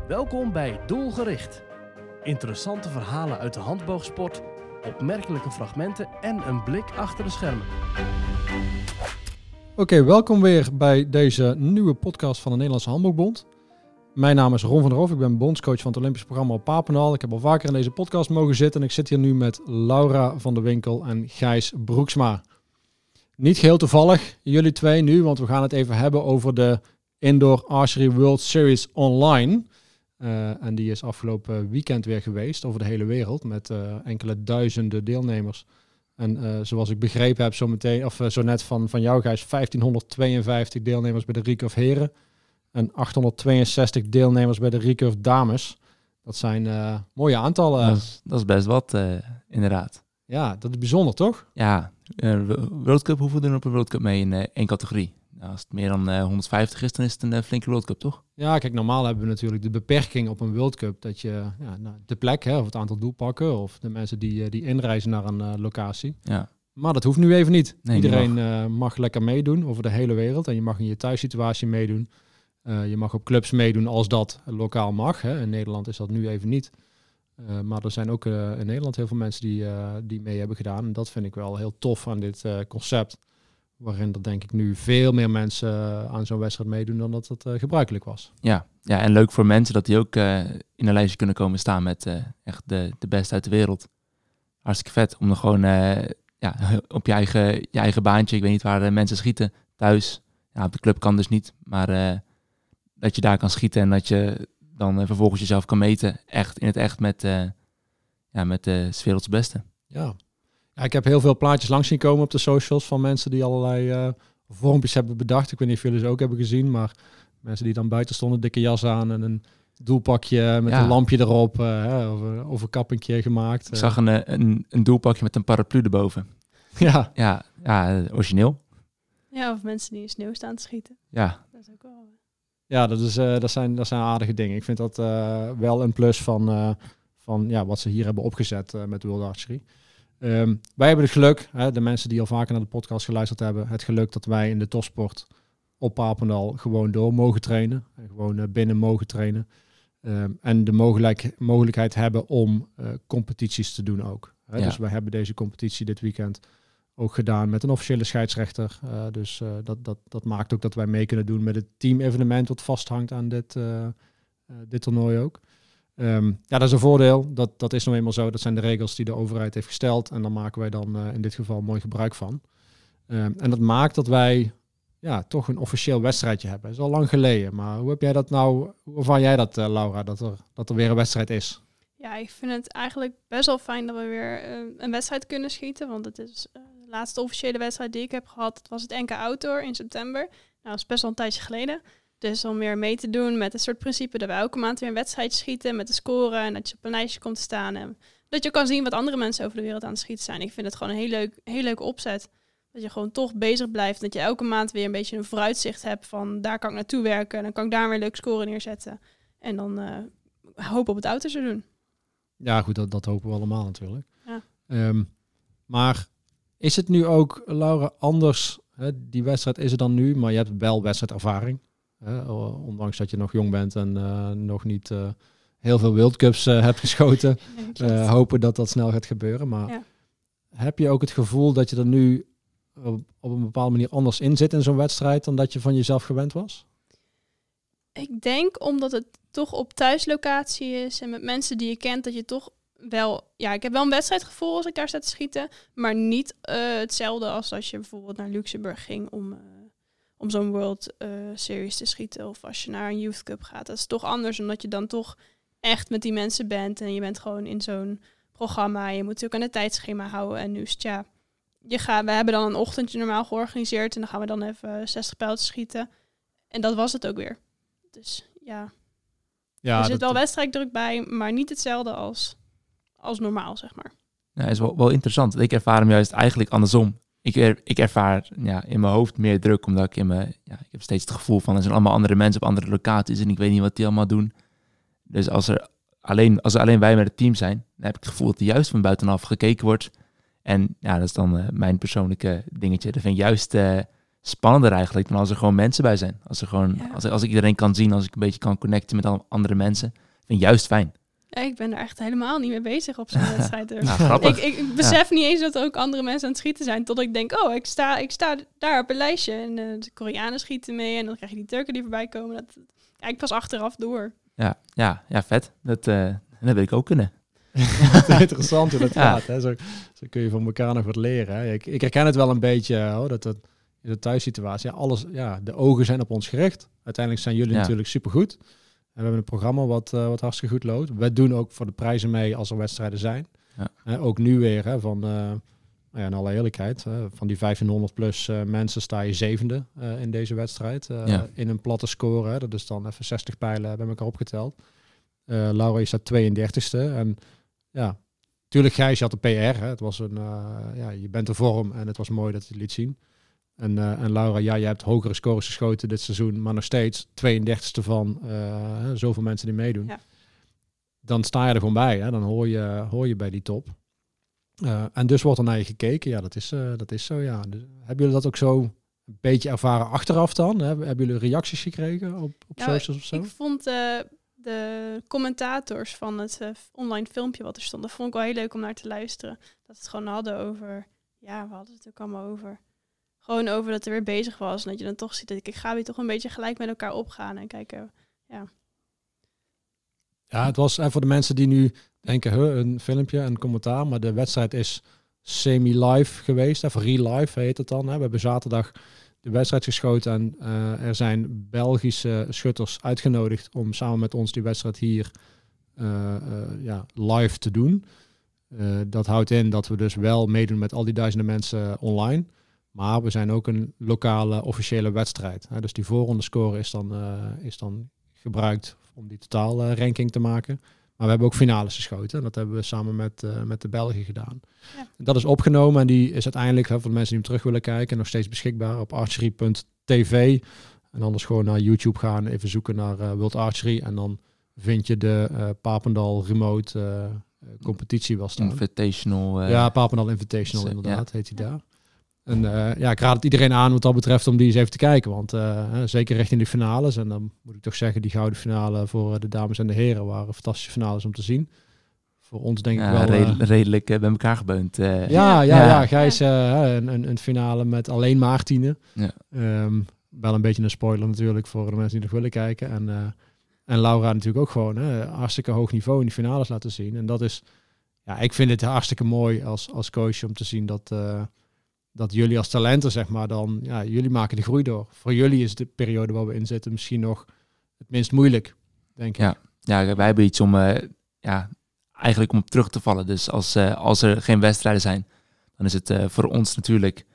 Welkom bij Doelgericht. Interessante verhalen uit de handboogsport, opmerkelijke fragmenten en een blik achter de schermen. Oké, welkom weer bij deze nieuwe podcast van de Nederlandse Handboogbond. Mijn naam is Ron van der Hof, ik ben bondscoach van het Olympisch programma op Papendal. Ik heb al vaker in deze podcast mogen zitten en ik zit hier nu met Laura van der Winkel en Gijs Broeksma. Niet geheel toevallig, jullie twee nu, want we gaan het even hebben over de Indoor Archery World Series Online. En die is afgelopen weekend weer geweest over de hele wereld met enkele duizenden deelnemers. En zoals ik begrepen heb zo net van jou Gijs, 1552 deelnemers bij de recurve heren en 862 deelnemers bij de recurve dames. Dat zijn mooie aantallen. Dat is best wat, inderdaad. Ja, dat is bijzonder, toch? Ja, World Cup, hoeveel doen er op een World Cup mee in één categorie? Nou, als het meer dan 150 is, dan is het een flinke World Cup, toch? Ja, kijk, normaal hebben we natuurlijk de beperking op een World Cup dat je de plek, of het aantal doelpakken of de mensen die inreizen naar een locatie. Ja. Maar dat hoeft nu even niet. Nee, Iedereen mag lekker meedoen over de hele wereld en je mag in je thuissituatie meedoen. Je mag op clubs meedoen als dat lokaal mag. Hè. In Nederland is dat nu even niet. Maar er zijn ook in Nederland heel veel mensen die mee hebben gedaan. En dat vind ik wel heel tof aan dit concept. Waarin er denk ik nu veel meer mensen aan zo'n wedstrijd meedoen dan dat het gebruikelijk was. Ja, en leuk voor mensen dat die ook in een lijstje kunnen komen staan met echt de beste uit de wereld. Hartstikke vet om er gewoon op je eigen baantje, ik weet niet waar mensen schieten, thuis. Ja, op de club kan dus niet, maar dat je daar kan schieten en dat je dan vervolgens jezelf kan meten, echt in het echt met de 's werelds beste. Ja, ik heb heel veel plaatjes langs zien komen op de socials van mensen die allerlei vormpjes hebben bedacht. Ik weet niet of jullie ze ook hebben gezien, maar mensen die dan buiten stonden, dikke jas aan en een doelpakje met een lampje erop, of een kappingje gemaakt. Ik zag een doelpakje met een paraplu erboven. Ja, origineel. Ja, of mensen die in sneeuw staan te schieten. Ja. Dat is ook wel... Ja, dat zijn aardige dingen. Ik vind dat wel een plus van wat ze hier hebben opgezet met World Archery. Wij hebben het geluk, de mensen die al vaker naar de podcast geluisterd hebben, het geluk dat wij in de topsport op Papendal gewoon door mogen trainen. En gewoon binnen mogen trainen. En de mogelijkheid hebben om competities te doen ook. Ja. Dus wij hebben deze competitie dit weekend ook gedaan met een officiële scheidsrechter. Dus dat maakt ook dat wij mee kunnen doen met het team-evenement wat vasthangt aan dit toernooi ook. Dat is een voordeel. Dat is nou eenmaal zo. Dat zijn de regels die de overheid heeft gesteld. En daar maken wij dan in dit geval mooi gebruik van. En dat maakt dat wij toch een officieel wedstrijdje hebben. Dat is al lang geleden. Maar hoe heb jij dat nou? Hoe ervaar jij dat, Laura, dat er weer een wedstrijd is? Ja, ik vind het eigenlijk best wel fijn dat we weer een wedstrijd kunnen schieten. Want het is de laatste officiële wedstrijd die ik heb gehad. Dat was het NK Outdoor in september. Nou, dat is best wel een tijdje geleden. Dus om weer mee te doen met het soort principe dat we elke maand weer een wedstrijd schieten met de score en dat je op een lijstje komt te staan. En dat je kan zien wat andere mensen over de wereld aan het schieten zijn. Ik vind het gewoon een heel leuke opzet. Dat je gewoon toch bezig blijft. Dat je elke maand weer een beetje een vooruitzicht hebt van daar kan ik naartoe werken. En dan kan ik daar weer een leuk score neerzetten. En dan hopen op het uiterste doen. Ja, goed, dat hopen we allemaal natuurlijk. Ja. Maar is het nu ook, Laura, anders? Die wedstrijd is er dan nu, maar je hebt wel wedstrijdervaring. Ondanks dat je nog jong bent en nog niet heel veel World Cups hebt geschoten. Hopen dat dat snel gaat gebeuren. Maar heb je ook het gevoel dat je er nu op een bepaalde manier anders in zit in zo'n wedstrijd dan dat je van jezelf gewend was? Ik denk omdat het toch op thuislocatie is en met mensen die je kent, dat je toch wel... Ja, ik heb wel een wedstrijdgevoel als ik daar sta te schieten, maar niet hetzelfde als je bijvoorbeeld naar Luxemburg ging om zo'n World Series te schieten. Of als je naar een Youth Cup gaat. Dat is toch anders, omdat je dan toch echt met die mensen bent. En je bent gewoon in zo'n programma. Je moet natuurlijk aan het tijdschema houden. En nu is het we hebben dan een ochtendje normaal georganiseerd. En dan gaan we dan even 60 pijltjes schieten. En dat was het ook weer. Dus ja er zit wel wedstrijddruk bij, maar niet hetzelfde als normaal, zeg maar. Ja, is wel interessant. Ik ervaar hem juist eigenlijk andersom. Ik ervaar in mijn hoofd meer druk, omdat ik heb steeds het gevoel van er zijn allemaal andere mensen op andere locaties en ik weet niet wat die allemaal doen. Dus als er alleen wij met het team zijn, dan heb ik het gevoel dat er juist van buitenaf gekeken wordt. En dat is dan mijn persoonlijke dingetje. Dat vind ik juist spannender eigenlijk dan als er gewoon mensen bij zijn. Als er gewoon, als ik iedereen kan zien, als ik een beetje kan connecten met andere mensen. Vind ik juist fijn. Ja, ik ben er echt helemaal niet mee bezig op zo'n wedstrijd. Dus. Nou, grappig. Ik besef niet eens dat er ook andere mensen aan het schieten zijn. Tot ik denk, ik sta daar op een lijstje. En de Koreanen schieten mee. En dan krijg je die Turken die voorbij komen. Ik pas achteraf door. Ja, vet. Dat wil ik ook kunnen. Interessant hoe dat gaat. Hè? Zo kun je van elkaar nog wat leren. Hè? Ik herken het wel een beetje, dat in de thuissituatie. De ogen zijn op ons gericht. Uiteindelijk zijn jullie natuurlijk supergoed. En we hebben een programma wat hartstikke goed loopt. We doen ook voor de prijzen mee als er wedstrijden zijn. Ja. Ook nu weer, hè, in alle eerlijkheid, van die 1500 plus mensen sta je 7e in deze wedstrijd. In een platte score, hè, dat is dan even 60 pijlen bij elkaar opgeteld. Laura, je staat 32e. En ja, tuurlijk Gijs, je had de PR. Hè. Het was je bent er vorm en het was mooi dat je het liet zien. En Laura, jij hebt hogere scores geschoten dit seizoen, maar nog steeds 32e van zoveel mensen die meedoen. Ja. Dan sta je er gewoon bij. Hè. Dan hoor je bij die top. En dus wordt er naar je gekeken. Ja, dat is zo, ja. Dus, hebben jullie dat ook zo een beetje ervaren achteraf dan? Hebben jullie reacties gekregen op socials of zo? Ik vond de commentators van het online filmpje wat er stond, dat vond ik wel heel leuk om naar te luisteren. Dat het gewoon hadden over, we hadden het ook allemaal over. Gewoon over dat er weer bezig was. En dat je dan toch ziet dat ik ga weer toch een beetje gelijk met elkaar opgaan en kijken, Ja, het was voor de mensen die nu denken, een filmpje, een commentaar. Maar de wedstrijd is semi-live geweest. Voor real life heet het dan. Hè. We hebben zaterdag de wedstrijd geschoten. En er zijn Belgische schutters uitgenodigd om samen met ons die wedstrijd hier live te doen. Dat houdt in dat we dus wel meedoen met al die duizenden mensen online. Maar we zijn ook een lokale officiële wedstrijd. Dus die voorronde score is dan gebruikt om die totaal ranking te maken. Maar we hebben ook finales geschoten. En dat hebben we samen met de Belgen gedaan. Ja. Dat is opgenomen en die is uiteindelijk, voor de mensen die hem terug willen kijken, nog steeds beschikbaar op archery.tv. En anders gewoon naar YouTube gaan, even zoeken naar World Archery. En dan vind je de Papendal Remote competitie wel staan. Invitational. Papendal Invitational inderdaad, heet hij daar. En ik raad het iedereen aan wat dat betreft om die eens even te kijken. Want zeker richting de finales. En dan moet ik toch zeggen, die gouden finale voor de dames en de heren waren fantastische finales om te zien. Voor ons denk ik wel... redelijk bij elkaar gebeund. Gijs, een finale met alleen maar 10. Ja. Wel een beetje een spoiler natuurlijk voor de mensen die nog willen kijken. En Laura natuurlijk ook gewoon hartstikke hoog niveau in die finales laten zien. En dat is... Ja, ik vind het hartstikke mooi als coach om te zien dat jullie als talenten, zeg maar, dan... Ja, jullie maken de groei door. Voor jullie is de periode waar we in zitten misschien nog het minst moeilijk, denk ik. Ja, wij hebben iets om... eigenlijk om op terug te vallen. Dus als er geen wedstrijden zijn, dan is het voor ons natuurlijk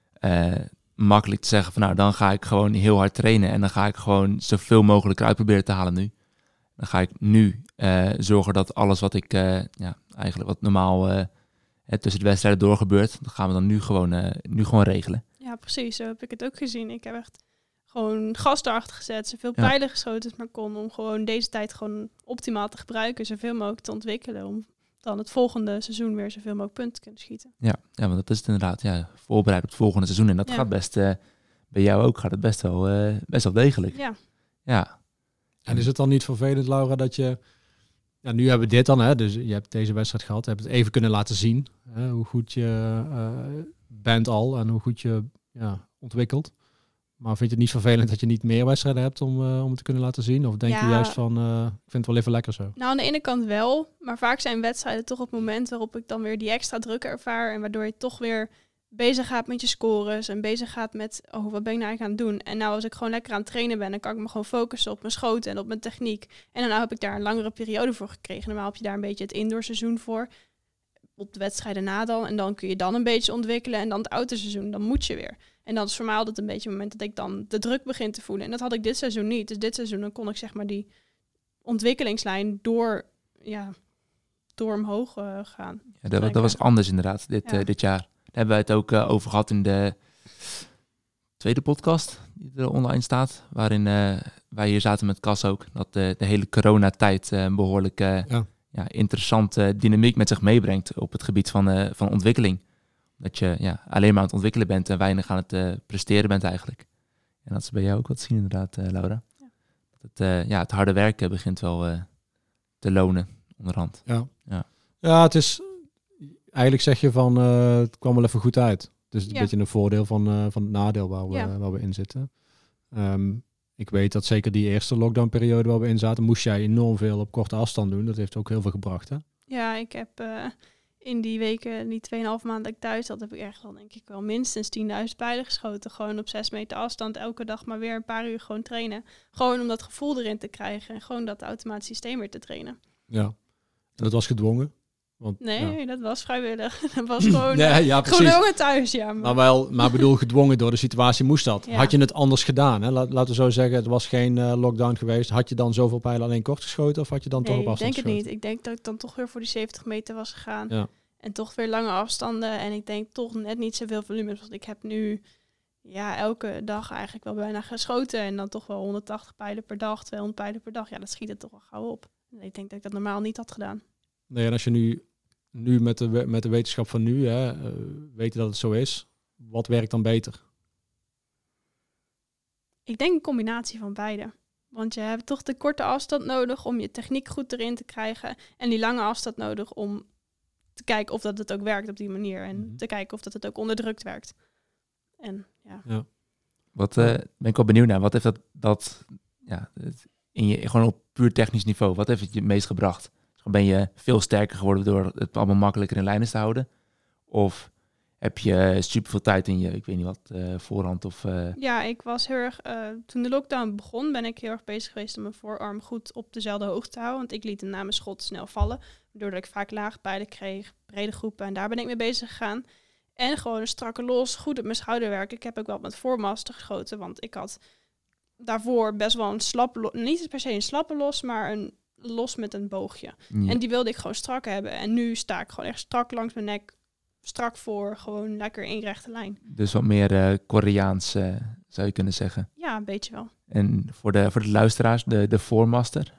makkelijk te zeggen van dan ga ik gewoon heel hard trainen en dan ga ik gewoon zoveel mogelijk eruit proberen te halen nu. Dan ga ik nu zorgen dat alles wat ik eigenlijk wat normaal tussen de wedstrijden doorgebeurt, dat gaan we dan nu gewoon regelen. Ja, precies. Zo heb ik het ook gezien. Ik heb echt gewoon gas erachter gezet, zoveel pijlen geschoten als maar kon, om gewoon deze tijd gewoon optimaal te gebruiken, zoveel mogelijk te ontwikkelen, om dan het volgende seizoen weer zoveel mogelijk punten te kunnen schieten. Ja, want dat is het inderdaad. Ja, voorbereid op het volgende seizoen. En dat gaat best, bij jou ook gaat het best wel degelijk. Ja. En is het dan niet vervelend, Laura, dat je... Ja, nu hebben we dit dan, hè? Dus je hebt deze wedstrijd gehad, je hebt het even kunnen laten zien, hoe goed je bent al en hoe goed je ontwikkelt. Maar vind je het niet vervelend dat je niet meer wedstrijden hebt om het te kunnen laten zien? Of denk je juist van, ik vind het wel even lekker zo? Nou, aan de ene kant wel. Maar vaak zijn wedstrijden toch het moment waarop ik dan weer die extra druk ervaar. En waardoor je toch weer bezig gaat met je scores. En bezig gaat met, wat ben ik nou eigenlijk aan het doen? En nou, als ik gewoon lekker aan het trainen ben, dan kan ik me gewoon focussen op mijn schoten en op mijn techniek. En dan heb ik daar een langere periode voor gekregen. Normaal heb je daar een beetje het indoorseizoen voor. Op de wedstrijden na dan. En dan kun je dan een beetje ontwikkelen. En dan het autoseizoen, dan moet je weer. En dan is voor mij altijd een beetje het moment dat ik dan de druk begin te voelen. En dat had ik dit seizoen niet. Dus dit seizoen dan kon ik zeg maar die ontwikkelingslijn door omhoog gaan. Ja, dat was anders inderdaad dit jaar. Daar hebben wij het ook over gehad in de tweede podcast die er online staat. Waarin wij hier zaten met Cas ook. Dat de hele coronatijd een behoorlijk interessante dynamiek met zich meebrengt op het gebied van ontwikkeling. Dat je alleen maar aan het ontwikkelen bent en weinig aan het presteren bent eigenlijk. En dat is bij jou ook wat te zien inderdaad, Laura. Ja. Het harde werken begint wel te lonen onderhand. Ja, het is... Eigenlijk zeg je van, het kwam wel even goed uit. Dus een beetje een voordeel van het nadeel waar we in zitten. Ik weet dat zeker die eerste lockdownperiode waar we in zaten, moest jij enorm veel op korte afstand doen. Dat heeft ook heel veel gebracht, hè? Ja, ik heb in die weken, die 2,5 maanden dat ik thuis zat, heb ik echt wel, denk ik wel minstens 10.000 pijlen geschoten. Gewoon op 6 meter afstand, elke dag maar weer een paar uur gewoon trainen. Gewoon om dat gevoel erin te krijgen en gewoon dat automatisch systeem weer te trainen. Ja, en dat was gedwongen? Want, nee, dat was vrijwillig. Dat was gewoon gedwongen thuis, ja. Maar bedoel, gedwongen door de situatie moest dat. Ja. Had je het anders gedaan? Hè? Laten we zo zeggen, het was geen lockdown geweest. Had je dan zoveel pijlen alleen kort geschoten of had je dan toch op afstand geschoten? Ik denk het niet. Ik denk dat ik dan toch weer voor die 70 meter was gegaan. Ja. En toch weer lange afstanden. En ik denk toch net niet zoveel volume. Want ik heb nu elke dag eigenlijk wel bijna geschoten. En dan toch wel 180 pijlen per dag, 200 pijlen per dag. Ja, dat schiet het toch wel gauw op. En ik denk dat ik dat normaal niet had gedaan. Nee, en als je nu met de wetenschap van nu, weet je dat het zo is. Wat werkt dan beter? Ik denk een combinatie van beide. Want je hebt toch de korte afstand nodig om je techniek goed erin te krijgen. En die lange afstand nodig om te kijken of dat het ook werkt op die manier. En te kijken of dat het ook onderdrukt werkt. En ja. Wat ben ik wel benieuwd naar. Wat heeft dat in je gewoon op puur technisch niveau, wat heeft het je het meest gebracht? Ben je veel sterker geworden door het allemaal makkelijker in lijn te houden? Of heb je superveel tijd in je, ik weet niet wat, voorhand of... Ja, ik was heel erg... toen de lockdown begon, ben ik heel erg bezig geweest om mijn voorarm goed op dezelfde hoogte te houden. Want ik liet hem na mijn schot snel vallen. Waardoor ik vaak lage pijlen kreeg, brede groepen. En daar ben ik mee bezig gegaan. En gewoon een strakke los, goed op mijn schouder werken. Ik heb ook wel met voormaster geschoten. Want ik had daarvoor best wel een slappe... Niet per se een slappe los, maar een los met een boogje. Ja. En die wilde ik gewoon strak hebben. En nu sta ik gewoon echt strak langs mijn nek. Strak voor, gewoon lekker in rechte lijn. Dus wat meer Koreaans, zou je kunnen zeggen. Ja, een beetje wel. En voor de luisteraars, de voormaster,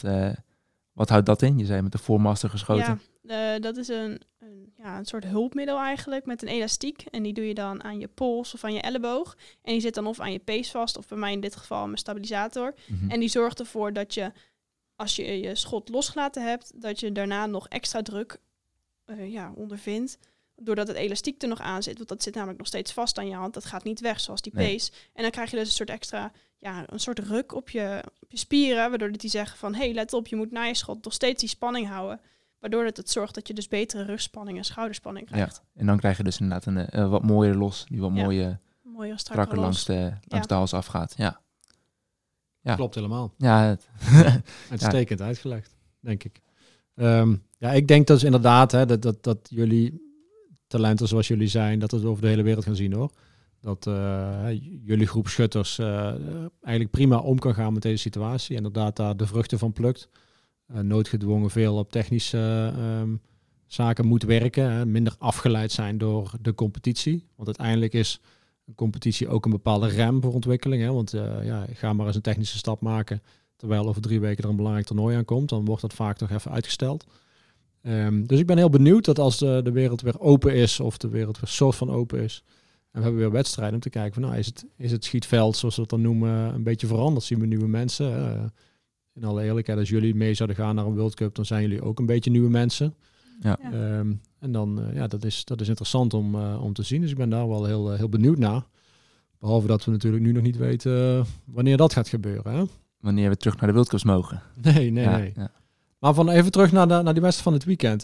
wat houdt dat in? Je zei met de voormaster geschoten. Ja, dat is een soort hulpmiddel eigenlijk met een elastiek. En die doe je dan aan je pols of aan je elleboog. En die zit dan of aan je pees vast, of bij mij in dit geval mijn stabilisator. Mm-hmm. En die zorgt ervoor dat je, als je je schot losgelaten hebt, dat je daarna nog extra druk ondervindt. Doordat het elastiek er nog aan zit. Want dat zit namelijk nog steeds vast aan je hand. Dat gaat niet weg, zoals die pees. En dan krijg je dus een soort extra, een soort ruk op je spieren. Waardoor die zeggen van, hey, let op, je moet na je schot nog steeds die spanning houden. Waardoor het zorgt dat je dus betere rugspanning en schouderspanning krijgt. Ja, en dan krijg je dus inderdaad een wat mooier los. Die wat mooie strakker langs de hals afgaat. Ja. Klopt helemaal. Ja, uitstekend uitgelegd, denk ik. Ik denk dus inderdaad dat jullie talenten zoals jullie zijn, dat het over de hele wereld gaan zien, hoor. Dat jullie groep schutters eigenlijk prima om kan gaan met deze situatie. En inderdaad daar de vruchten van plukt. Noodgedwongen veel op technische zaken moet werken. Minder afgeleid zijn door de competitie. Want uiteindelijk is een competitie ook een bepaalde rem voor ontwikkeling. Hè? Want ga maar eens een technische stap maken, terwijl over 3 weken er een belangrijk toernooi aankomt. Dan wordt dat vaak nog even uitgesteld. Dus ik ben heel benieuwd dat als de wereld weer open is, of de wereld weer soort van open is, en we hebben weer wedstrijden om te kijken van, is het schietveld, zoals we dat dan noemen, een beetje veranderd? Zien we nieuwe mensen? In alle eerlijkheid, als jullie mee zouden gaan naar een World Cup, dan zijn jullie ook een beetje nieuwe mensen. Ja. En dan, dat is interessant om te zien. Dus ik ben daar wel heel, heel benieuwd naar. Behalve dat we natuurlijk nu nog niet weten wanneer dat gaat gebeuren. Hè? Wanneer we terug naar de World Cups mogen. Nee. Ja. Maar van even terug naar die wedstrijd van het weekend.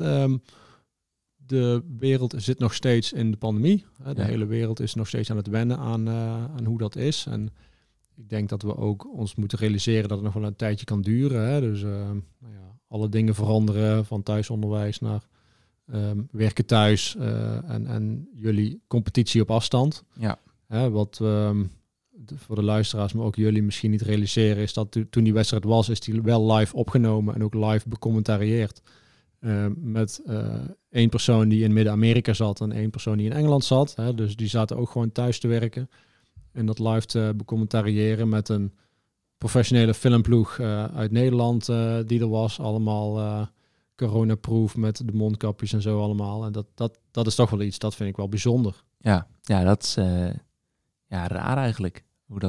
De wereld zit nog steeds in de pandemie. De hele wereld is nog steeds aan het wennen aan hoe dat is. En ik denk dat we ook ons moeten realiseren dat het nog wel een tijdje kan duren. Hè? Dus alle dingen veranderen, van thuisonderwijs naar werken thuis en jullie competitie op afstand. Ja. Wat voor de luisteraars, maar ook jullie misschien niet realiseren, is dat toen die wedstrijd was, is die wel live opgenomen en ook live becommentarieerd. Met 1 persoon die in Midden-Amerika zat en 1 persoon die in Engeland zat. Hè? Dus die zaten ook gewoon thuis te werken. En dat live te becommentariëren met een professionele filmploeg uit Nederland die er was. Allemaal coronaproof met de mondkapjes en zo allemaal. En dat is toch wel iets, dat vind ik wel bijzonder. Ja, dat is raar eigenlijk.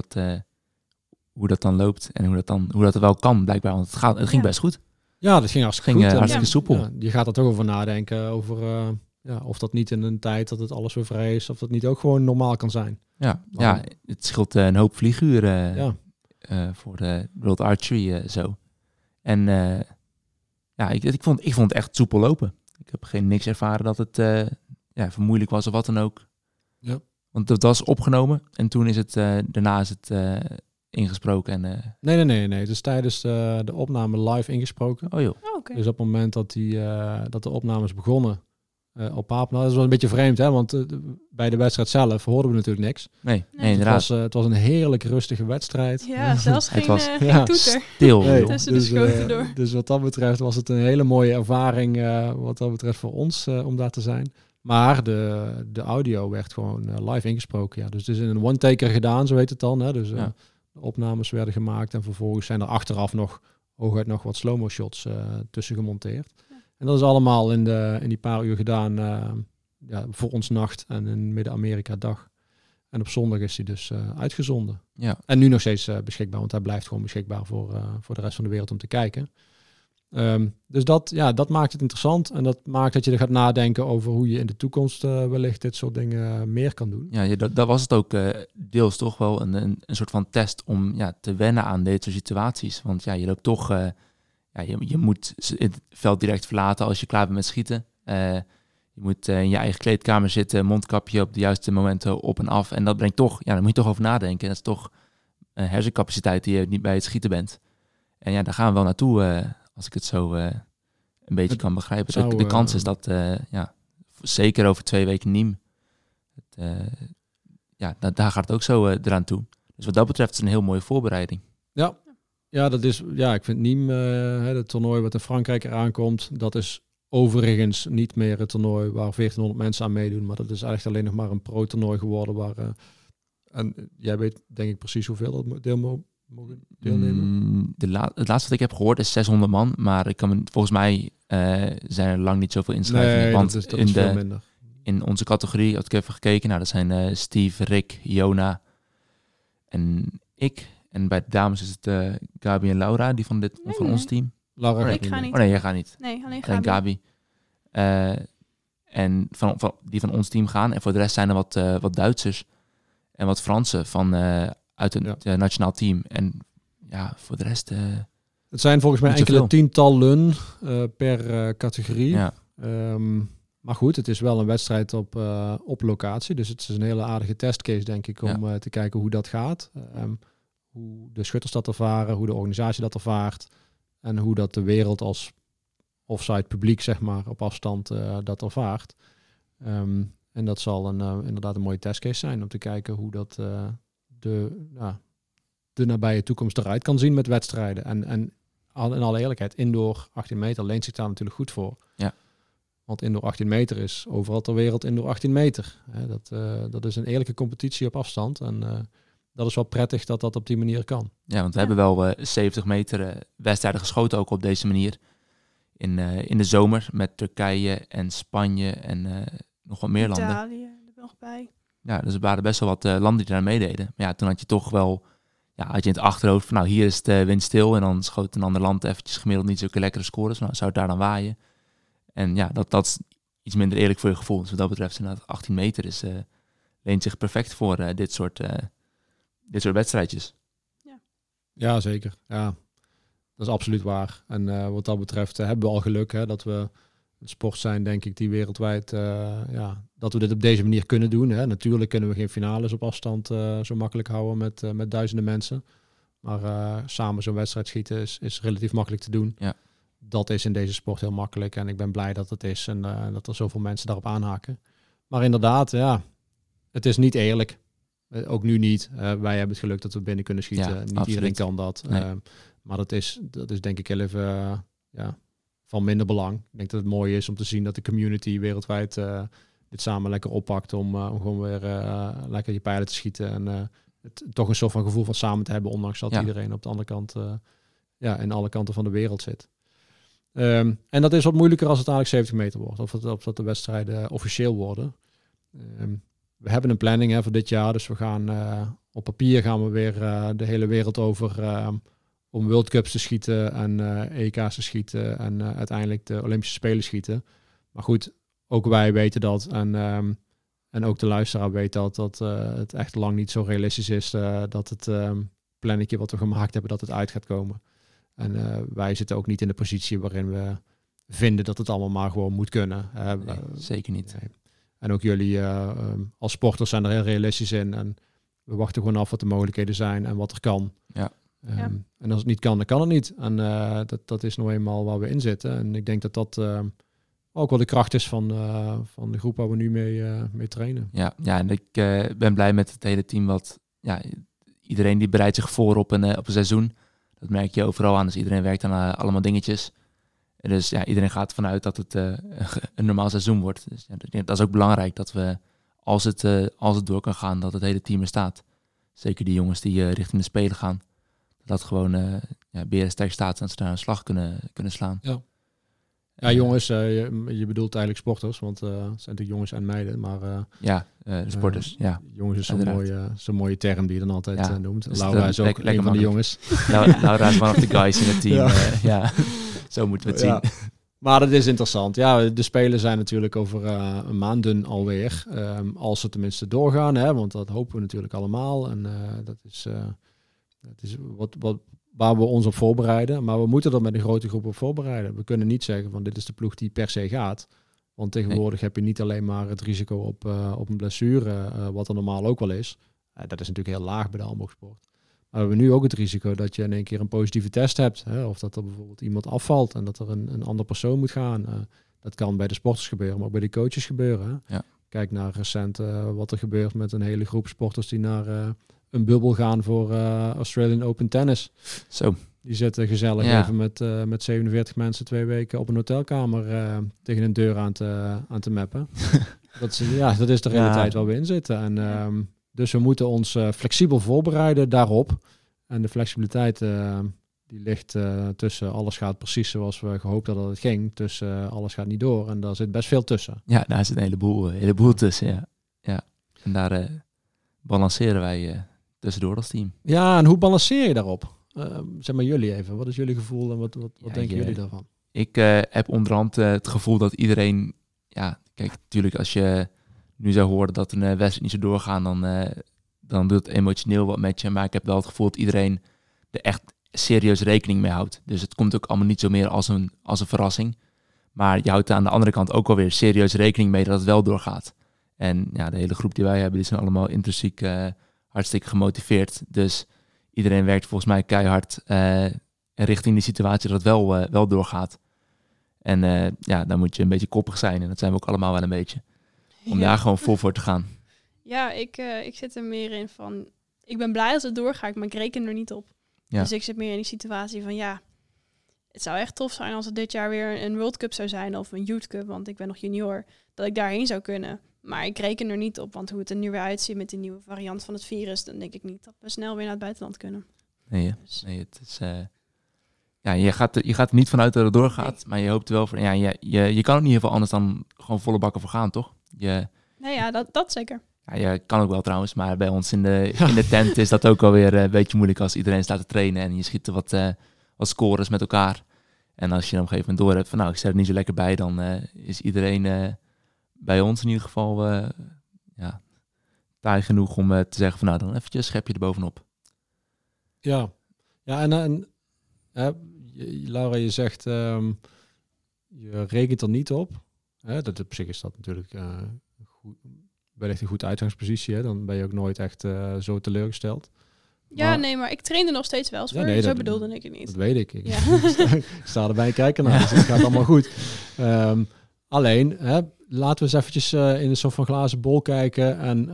Hoe dat dan loopt en hoe dat er wel kan blijkbaar. Want het ging best goed. Ja, dat ging hartstikke goed. Hartstikke soepel. Ja, je gaat er toch over nadenken, over of dat niet in een tijd dat het alles weer vrij is, of dat niet ook gewoon normaal kan zijn. Ja, het scheelt een hoop vlieguren voor de World Archery zo. En ik vond het echt soepel lopen. Ik heb niks ervaren dat het vermoeilijk was of wat dan ook. Ja. Want dat was opgenomen en toen is het daarna ingesproken. En, Nee. Dus tijdens de opname live ingesproken. Oh joh. Oh, oké. Dus op het moment dat de opnames begonnen op Papenal, dat was een beetje vreemd, hè? Want bij de wedstrijd zelf hoorden we natuurlijk niks. Nee, inderdaad. Het was een heerlijk rustige wedstrijd. Ja, zelfs Het geen, was geen toeter. Stil. Nee, joh. Tussen de schoten door. Dus wat dat betreft was het een hele mooie ervaring wat dat betreft voor ons om daar te zijn. Maar de audio werd gewoon live ingesproken. Ja. Dus het is in een one-taker gedaan, zo heet het dan. Hè. Dus de opnames werden gemaakt en vervolgens zijn er achteraf hooguit nog wat slow-mo shots tussen gemonteerd. Ja. En dat is allemaal in die paar uur gedaan voor ons nacht en in Midden-Amerika dag. En op zondag is hij dus uitgezonden. Ja. En nu nog steeds beschikbaar, want hij blijft gewoon beschikbaar voor de rest van de wereld om te kijken. Dus dat maakt het interessant. En dat maakt dat je er gaat nadenken over hoe je in de toekomst wellicht dit soort dingen meer kan doen. Ja, dat was het ook deels toch wel een soort van test om te wennen aan dit soort situaties. Want je loopt toch, je moet het veld direct verlaten als je klaar bent met schieten. Je moet in je eigen kleedkamer zitten, mondkapje op de juiste momenten op en af. En dat brengt toch, daar moet je toch over nadenken. Dat is toch een hersencapaciteit die je niet bij het schieten bent. En daar gaan we wel naartoe, als ik het zo een beetje kan begrijpen. De kans is dat, zeker over 2 weken Nîmes, daar gaat het ook zo eraan toe. Dus wat dat betreft is het een heel mooie voorbereiding. Ja, dat is, ik vind Nîmes, het toernooi wat in Frankrijk eraan komt, dat is overigens niet meer het toernooi waar 1400 mensen aan meedoen, maar dat is eigenlijk alleen nog maar een pro-toernooi geworden en jij weet denk ik precies hoeveel dat mogen deelnemen. Het laatste wat ik heb gehoord is 600 man, maar volgens mij zijn er lang niet zoveel inschrijvingen. Nee, want dat is veel minder. In onze categorie had ik even gekeken, dat zijn Steve, Rick, Jona en ik. En bij de dames is het Gabi en Laura, die van ons team. Laura ik ga niet. Oh nee, jij gaat niet. Nee, alleen Gabi. En die van ons team gaan. En voor de rest zijn er wat Duitsers en wat Fransen uit het nationaal team. En voor de rest... het zijn volgens mij enkele tientallen per categorie. Ja. Maar goed, het is wel een wedstrijd op locatie. Dus het is een hele aardige testcase, denk ik, om te kijken hoe dat gaat. Hoe de schutters dat ervaren, hoe de organisatie dat ervaart. En hoe dat de wereld als offside publiek, zeg maar, op afstand dat ervaart. En dat zal inderdaad een mooie testcase zijn om te kijken hoe dat de nabije toekomst eruit kan zien met wedstrijden. En in alle eerlijkheid, indoor 18 meter leent zich daar natuurlijk goed voor. Ja. Want indoor 18 meter is overal ter wereld indoor 18 meter. Dat is een eerlijke competitie op afstand. En dat is wel prettig dat dat op die manier kan. Ja, want we hebben wel 70 meter wedstrijden geschoten ook op deze manier. In de zomer met Turkije en Spanje en nog wat meer landen. Italië er nog bij. Ja, dus er waren best wel wat landen die daar meededen. Maar ja, toen had je toch wel... Ja, had je in het achterhoofd van hier is het windstil. En dan schoot een ander land eventjes gemiddeld niet zulke lekkere scores. Nou, zou het daar dan waaien. En ja, dat is iets minder eerlijk voor je gevoel. Dus wat dat betreft inderdaad 18 meter leent zich perfect voor dit soort wedstrijdjes. Ja, zeker. Ja, dat is absoluut waar. En wat dat betreft hebben we al geluk dat we een sport zijn, denk ik, die wereldwijd, dat we dit op deze manier kunnen doen. Hè. Natuurlijk kunnen we geen finales op afstand zo makkelijk houden met duizenden mensen. Maar samen zo'n wedstrijd schieten is relatief makkelijk te doen. Ja. Dat is in deze sport heel makkelijk en ik ben blij dat het is en dat er zoveel mensen daarop aanhaken. Maar inderdaad, het is niet eerlijk. Ook nu niet. Wij hebben het geluk dat we binnen kunnen schieten. Niet absoluut. iedereen kan dat. Nee. Maar dat is denk ik heel even van minder belang. Ik denk dat het mooi is om te zien dat de community wereldwijd dit samen lekker oppakt om gewoon weer lekker je pijlen te schieten en het toch een soort van gevoel van samen te hebben, ondanks dat iedereen op de andere kant in alle kanten van de wereld zit. En dat is wat moeilijker als het eigenlijk 70 meter wordt. Of dat de wedstrijden officieel worden. We hebben een planning voor dit jaar. Dus we gaan op papier gaan we weer de hele wereld over om World Cups te schieten en EK's te schieten en uiteindelijk de Olympische Spelen schieten. Maar goed, ook wij weten dat en ook de luisteraar weet dat het echt lang niet zo realistisch is dat het plannetje wat we gemaakt hebben, dat het uit gaat komen. En wij zitten ook niet in de positie waarin we vinden dat het allemaal maar gewoon moet kunnen. Nee, zeker niet. Nee. En ook jullie als sporters zijn er heel realistisch in. En we wachten gewoon af wat de mogelijkheden zijn en wat er kan. Ja. En als het niet kan, dan kan het niet. En dat is nou eenmaal waar we in zitten. En ik denk dat dat ook wel de kracht is van de groep waar we nu mee trainen. Ja, en ik ben blij met het hele team. Iedereen die bereidt zich voor op een seizoen. Dat merk je overal aan. Dus iedereen werkt aan allemaal dingetjes. En dus iedereen gaat ervan uit dat het een normaal seizoen wordt. Dus dat is ook belangrijk dat we, als het door kan gaan, dat het hele team er staat. Zeker die jongens die richting de Spelen gaan. Dat gewoon berensterk staat en ze daar een slag kunnen slaan. Ja, jongens, je bedoelt eigenlijk sporters, want het zijn natuurlijk jongens en meiden, maar... de sporters, Jongens is zo'n mooie term die je dan altijd noemt. Dus Laura is ook een van de jongens. Laura is one of the guys in het team. Zo moeten we het zien. Maar dat is interessant. Ja, de Spelen zijn natuurlijk over een maanden alweer. Als ze tenminste doorgaan, hè, want dat hopen we natuurlijk allemaal. En dat is waar we ons op voorbereiden. Maar we moeten er met een grote groep op voorbereiden. We kunnen niet zeggen van dit is de ploeg die per se gaat. Want tegenwoordig heb je niet alleen maar het risico op een blessure, wat er normaal ook wel is. Dat is natuurlijk heel laag bij de handbalsport. Maar we hebben nu ook het risico dat je in één keer een positieve test hebt. Hè? Of dat er bijvoorbeeld iemand afvalt en dat er een andere persoon moet gaan. Dat kan bij de sporters gebeuren, maar ook bij de coaches gebeuren. Hè? Ja. Kijk naar recent wat er gebeurt met een hele groep sporters die naar een bubbel gaan voor Australian Open Tennis. Zo. Die zitten gezellig even met 47 mensen 2 weken op een hotelkamer tegen een deur aan te mappen. Dat is de realiteit waar we in zitten. En dus we moeten ons flexibel voorbereiden daarop. En de flexibiliteit die ligt tussen alles gaat precies zoals we gehoopt hadden dat het ging. Tussen alles gaat niet door. En daar zit best veel tussen. Ja, daar zit een heleboel tussen. Ja. En daar balanceren wij tussendoor als team. Ja, en hoe balanceer je daarop? Zeg maar jullie even. Wat is jullie gevoel en wat denken jullie daarvan? Ik heb onderhand het gevoel dat iedereen... Ja, kijk, natuurlijk als je nu zou horen dat een wedstrijd niet zo doorgaan, dan doet het emotioneel wat met je. Maar ik heb wel het gevoel dat iedereen er echt serieus rekening mee houdt. Dus het komt ook allemaal niet zo meer als een verrassing. Maar je houdt er aan de andere kant ook alweer serieus rekening mee dat het wel doorgaat. En ja, de hele groep die wij hebben, die zijn allemaal intrinsiek hartstikke gemotiveerd. Dus iedereen werkt volgens mij keihard richting die situatie dat het wel doorgaat. En dan moet je een beetje koppig zijn. En dat zijn we ook allemaal wel een beetje. Om daar gewoon vol voor te gaan. Ja, ik zit er meer in van... Ik ben blij als het doorgaat, maar ik reken er niet op. Ja. Dus ik zit meer in die situatie van het zou echt tof zijn als het dit jaar weer een World Cup zou zijn of een Youth Cup, want ik ben nog junior, dat ik daarheen zou kunnen. Maar ik reken er niet op, want hoe het er nu weer uitziet met die nieuwe variant van het virus, dan denk ik niet dat we snel weer naar het buitenland kunnen. Nee, het is... je gaat er niet vanuit dat het doorgaat, nee. Maar je hoopt er wel voor... Je kan ook niet heel veel anders dan gewoon volle bakken voor gaan, toch? Dat zeker. Ja, je kan ook wel trouwens, maar bij ons in de tent is dat ook alweer een beetje moeilijk als iedereen staat te trainen en je schiet wat scores met elkaar. En als je dan op een gegeven moment door hebt van ik sta er niet zo lekker bij, dan is iedereen bij ons in ieder geval taai genoeg om te zeggen van dan eventjes schep je er bovenop. Ja, en Laura, je zegt je rekent er niet op. Dat op zich is dat natuurlijk wellicht een goede uitgangspositie. Hè? Dan ben je ook nooit echt zo teleurgesteld. Ja, nee, maar ik trainde nog steeds wel. Zo bedoelde ik het niet. Dat weet ik. Ik sta erbij kijken naar. Dus het gaat allemaal goed. Alleen, laten we eens eventjes in een soort van glazen bol kijken. En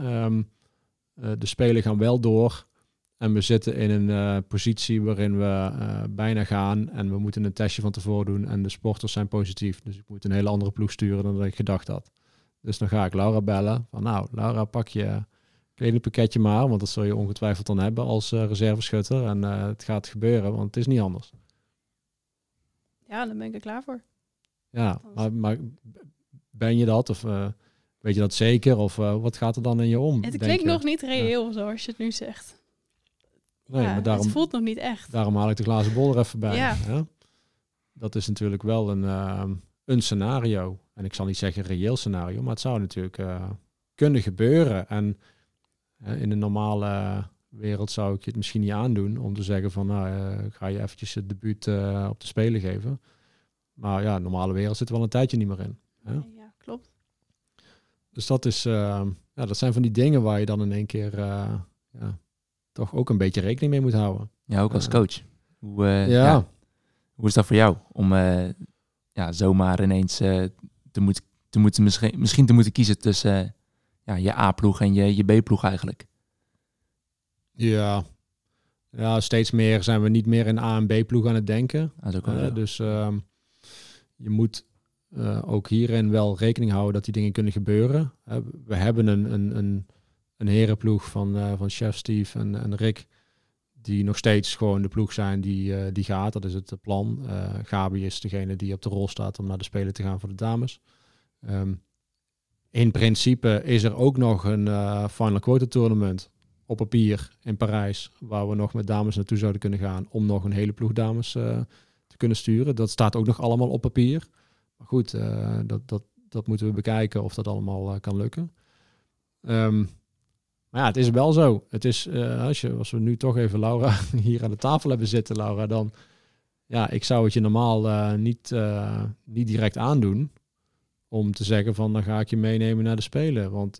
de Spelen gaan wel door. En we zitten in een positie waarin we bijna gaan. En we moeten een testje van tevoren doen. En de sporters zijn positief. Dus ik moet een hele andere ploeg sturen dan dat ik gedacht had. Dus dan ga ik Laura bellen. Van Laura, pak je kledingpakketje maar. Want dat zul je ongetwijfeld dan hebben als reserveschutter. En het gaat gebeuren, want het is niet anders. Ja, dan ben ik er klaar voor. Ja, maar ben je dat? Of weet je dat zeker? Of wat gaat er dan in je om? Het denk klinkt je? nog niet reëel zoals je het nu zegt. Nee, Ja, maar daarom, het voelt nog niet echt. daarom haal ik de glazen bol er even bij. Ja. Ja? Dat is natuurlijk wel een scenario. En ik zal niet zeggen reëel scenario, maar het zou natuurlijk kunnen gebeuren. En in een normale wereld zou ik je het misschien niet aandoen om te zeggen van, ga je eventjes het debuut op de Spelen geven. Maar ja, in de normale wereld zit er wel een tijdje niet meer in. Hè? Ja, klopt. Dus dat is, dat zijn van die dingen waar je dan in één keer toch ook een beetje rekening mee moet houden. Ja, ook als Ja. coach. Hoe is dat voor jou om zomaar ineens misschien te moeten kiezen tussen je A-ploeg en je B-ploeg eigenlijk? Ja, steeds meer zijn we niet meer in A- en B-ploeg aan het denken. Dat is ook wel zo. Dus je moet ook hierin wel rekening houden dat die dingen kunnen gebeuren. We hebben een herenploeg van chef Steve en Rick, die nog steeds gewoon de ploeg zijn die gaat. Dat is het plan. Gabi is degene die op de rol staat om naar de Spelen te gaan voor de dames. In principe is er ook nog een Final Quota Tournament op papier in Parijs, waar we nog met dames naartoe zouden kunnen gaan om nog een hele ploeg dames te kunnen sturen. Dat staat ook nog allemaal op papier. Maar goed, dat moeten we bekijken of dat allemaal kan lukken. Maar ja, het is wel zo. Het is, als we nu toch even Laura hier aan de tafel hebben zitten, Laura, dan ik zou het je normaal niet direct aandoen om te zeggen van dan ga ik je meenemen naar de Spelen. Want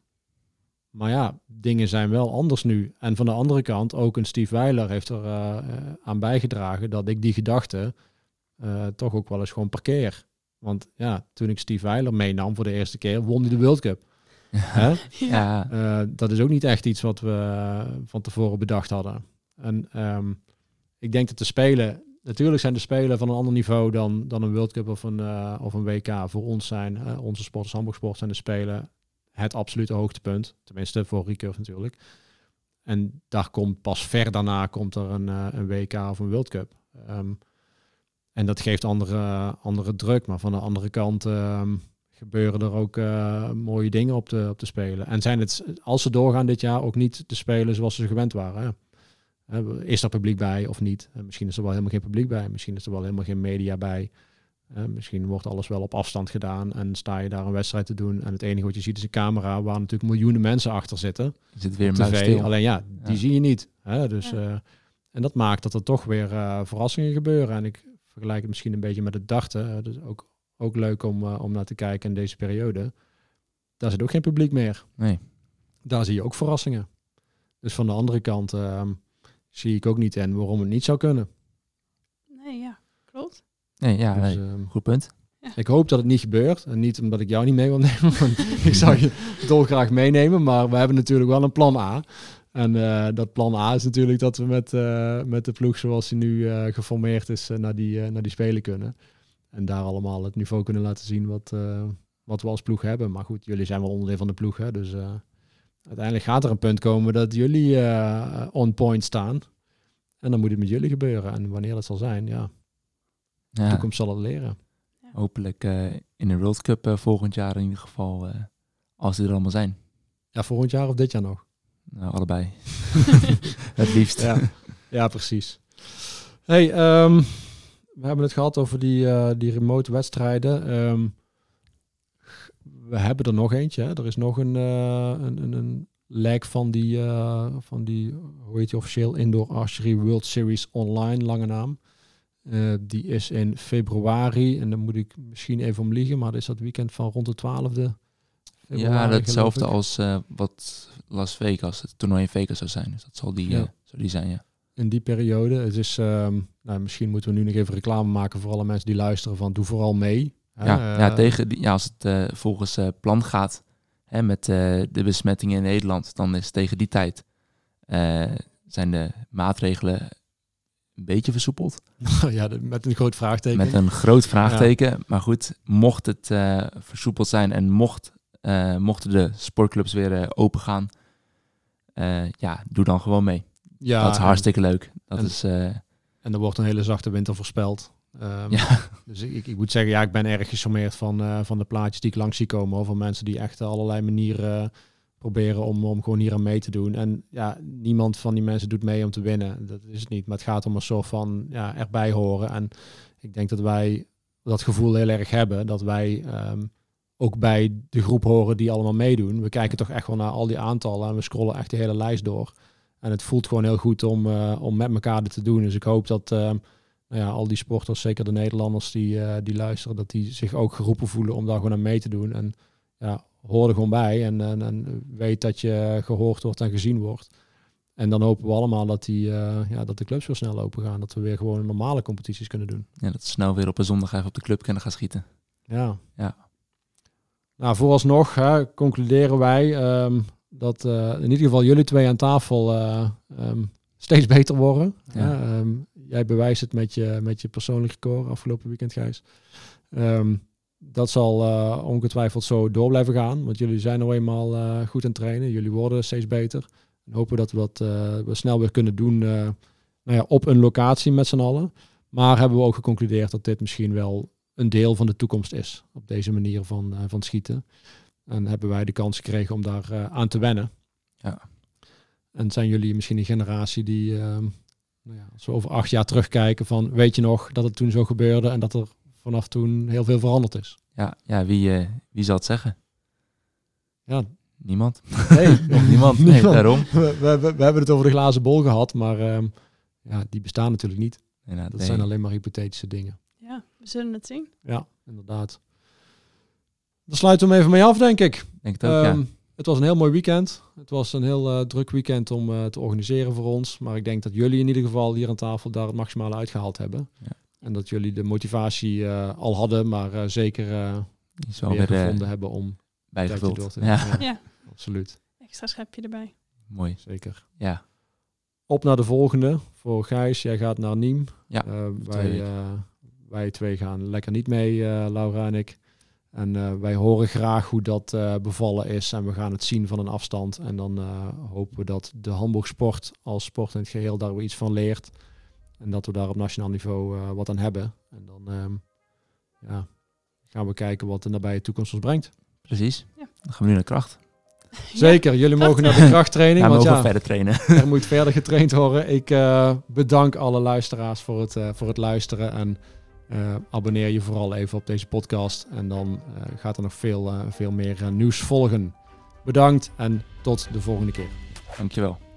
dingen zijn wel anders nu. En van de andere kant, ook een Steve Weiler heeft er aan bijgedragen dat ik die gedachte toch ook wel eens gewoon parkeer. Want toen ik Steve Weiler meenam voor de eerste keer, won hij de World Cup. Hè? Ja. Dat is ook niet echt iets wat we van tevoren bedacht hadden. En ik denk dat de Spelen, natuurlijk zijn de Spelen van een ander niveau dan een World Cup of een WK. Voor ons zijn, onze sport als handbalsport, zijn de Spelen het absolute hoogtepunt. Tenminste voor recurve natuurlijk. En daar komt pas ver daarna komt er een WK of een World Cup. En dat geeft andere druk. Maar van de andere kant gebeuren er ook mooie dingen op de Spelen. En zijn het, als ze doorgaan dit jaar, ook niet de Spelen zoals ze gewend waren. Hè? Is er publiek bij of niet? Misschien is er wel helemaal geen publiek bij. Misschien is er wel helemaal geen media bij. Misschien wordt alles wel op afstand gedaan en sta je daar een wedstrijd te doen. En het enige wat je ziet is een camera waar natuurlijk miljoenen mensen achter zitten. Er zit weer op een tv. muisstil. Alleen die zie je niet. Hè? Dus, en dat maakt dat er toch weer verrassingen gebeuren. En ik vergelijk het misschien een beetje met het darten. Dus ook leuk om naar te kijken in deze periode. Daar zit ook geen publiek meer. Nee. Daar zie je ook verrassingen. Dus van de andere kant zie ik ook niet in waarom het niet zou kunnen. Nee, ja, klopt. Nee, Dus, goed punt. ik hoop dat het niet gebeurt. En niet omdat ik jou niet mee wil nemen. Want ik zou je dolgraag meenemen. Maar we hebben natuurlijk wel een plan A. En dat plan A is natuurlijk dat we met de ploeg zoals die nu geformeerd is naar die Spelen kunnen. En daar allemaal het niveau kunnen laten zien wat we als ploeg hebben. Maar goed, jullie zijn wel onderdeel van de ploeg. Hè? Dus uiteindelijk gaat er een punt komen dat jullie on point staan. En dan moet het met jullie gebeuren. En wanneer dat zal zijn, de toekomst zal het leren. Hopelijk in de World Cup volgend jaar in ieder geval, als die er allemaal zijn. Ja, volgend jaar of dit jaar nog? Nou, allebei. Het liefst. Ja, precies. Hey, we hebben het gehad over die remote wedstrijden. We hebben er nog eentje. Hè? Er is nog een leg van die, hoe heet die officieel, Indoor Archery World Series Online, lange naam. Die is in februari. En dan moet ik misschien even om liegen, maar dat is dat weekend van rond de 12e. Ja, hetzelfde als wat Las Vegas, het toernooi in Vegas zou zijn. Dus dat zal die zijn, ja. In die periode. Het is, misschien moeten we nu nog even reclame maken voor alle mensen die luisteren van doe vooral mee. Als het volgens plan gaat met de besmettingen in Nederland, dan is tegen die tijd zijn de maatregelen een beetje versoepeld. Met een groot vraagteken. Met een groot vraagteken. Ja. Maar goed, mocht het versoepeld zijn en mochten de sportclubs weer open gaan, doe dan gewoon mee. Ja, dat is hartstikke leuk. En er wordt een hele zachte winter voorspeld. Dus ik moet zeggen, ik ben erg gecharmeerd van de plaatjes die ik langs zie komen. Hoor, van mensen die echt allerlei manieren proberen om gewoon hier aan mee te doen. En ja, niemand van die mensen doet mee om te winnen. Dat is het niet. Maar het gaat om een soort van erbij horen. En ik denk dat wij dat gevoel heel erg hebben. Dat wij ook bij de groep horen die allemaal meedoen. We kijken toch echt wel naar al die aantallen. En we scrollen echt de hele lijst door. En het voelt gewoon heel goed om met elkaar dit te doen. Dus ik hoop dat al die sporters, zeker de Nederlanders die luisteren, dat die zich ook geroepen voelen om daar gewoon aan mee te doen. En hoor er gewoon bij en weet dat je gehoord wordt en gezien wordt. En dan hopen we allemaal dat de clubs weer snel open gaan. Dat we weer gewoon normale competities kunnen doen. Ja, dat we snel weer op een zondag even op de club kunnen gaan schieten. Ja. Ja. Vooralsnog concluderen wij dat in ieder geval jullie twee aan tafel steeds beter worden. Ja. Jij bewijst het met je persoonlijk record afgelopen weekend, Gijs. Dat zal ongetwijfeld zo door blijven gaan. Want jullie zijn nou eenmaal goed aan het trainen. Jullie worden steeds beter. En hopen dat we dat we snel weer kunnen doen op een locatie met z'n allen. Maar hebben we ook geconcludeerd dat dit misschien wel een deel van de toekomst is. Op deze manier van schieten. En hebben wij de kans gekregen om daar aan te wennen. Ja. En zijn jullie misschien een generatie die, als we over 8 jaar terugkijken van, weet je nog dat het toen zo gebeurde en dat er vanaf toen heel veel veranderd is? Ja, wie zal het zeggen? Ja. Niemand. Nee, Niemand. Nee, daarom. We hebben het over de glazen bol gehad, maar die bestaan natuurlijk niet. Nee, dat zijn alleen maar hypothetische dingen. Ja, we zullen het zien. Ja, inderdaad. Dan sluiten we hem even mee af, denk ik. Denk het ook, Het was een heel mooi weekend. Het was een heel druk weekend om te organiseren voor ons. Maar ik denk dat jullie in ieder geval hier aan tafel daar het maximale uitgehaald hebben. Ja. En dat jullie de motivatie al hadden, maar zeker weer gevonden hebben om bijgevuld door te doen. Ja. Absoluut. Extra schepje erbij. Mooi. Zeker. Ja. Op naar de volgende. Voor Gijs, jij gaat naar Nîmes. Ja, wij twee gaan lekker niet mee, Laura en ik. En wij horen graag hoe dat bevallen is. En we gaan het zien van een afstand. En dan hopen we dat de handboogsport als sport in het geheel daar weer iets van leert. En dat we daar op nationaal niveau wat aan hebben. En dan gaan we kijken wat de nabije toekomst ons brengt. Precies. Ja. Dan gaan we nu naar kracht. Zeker, jullie mogen naar de krachttraining. Ja, we want mogen verder trainen. Er moet verder getraind worden. Ik bedank alle luisteraars voor het luisteren. En abonneer je vooral even op deze podcast. En dan gaat er nog veel meer nieuws volgen. Bedankt en tot de volgende keer. Dankjewel.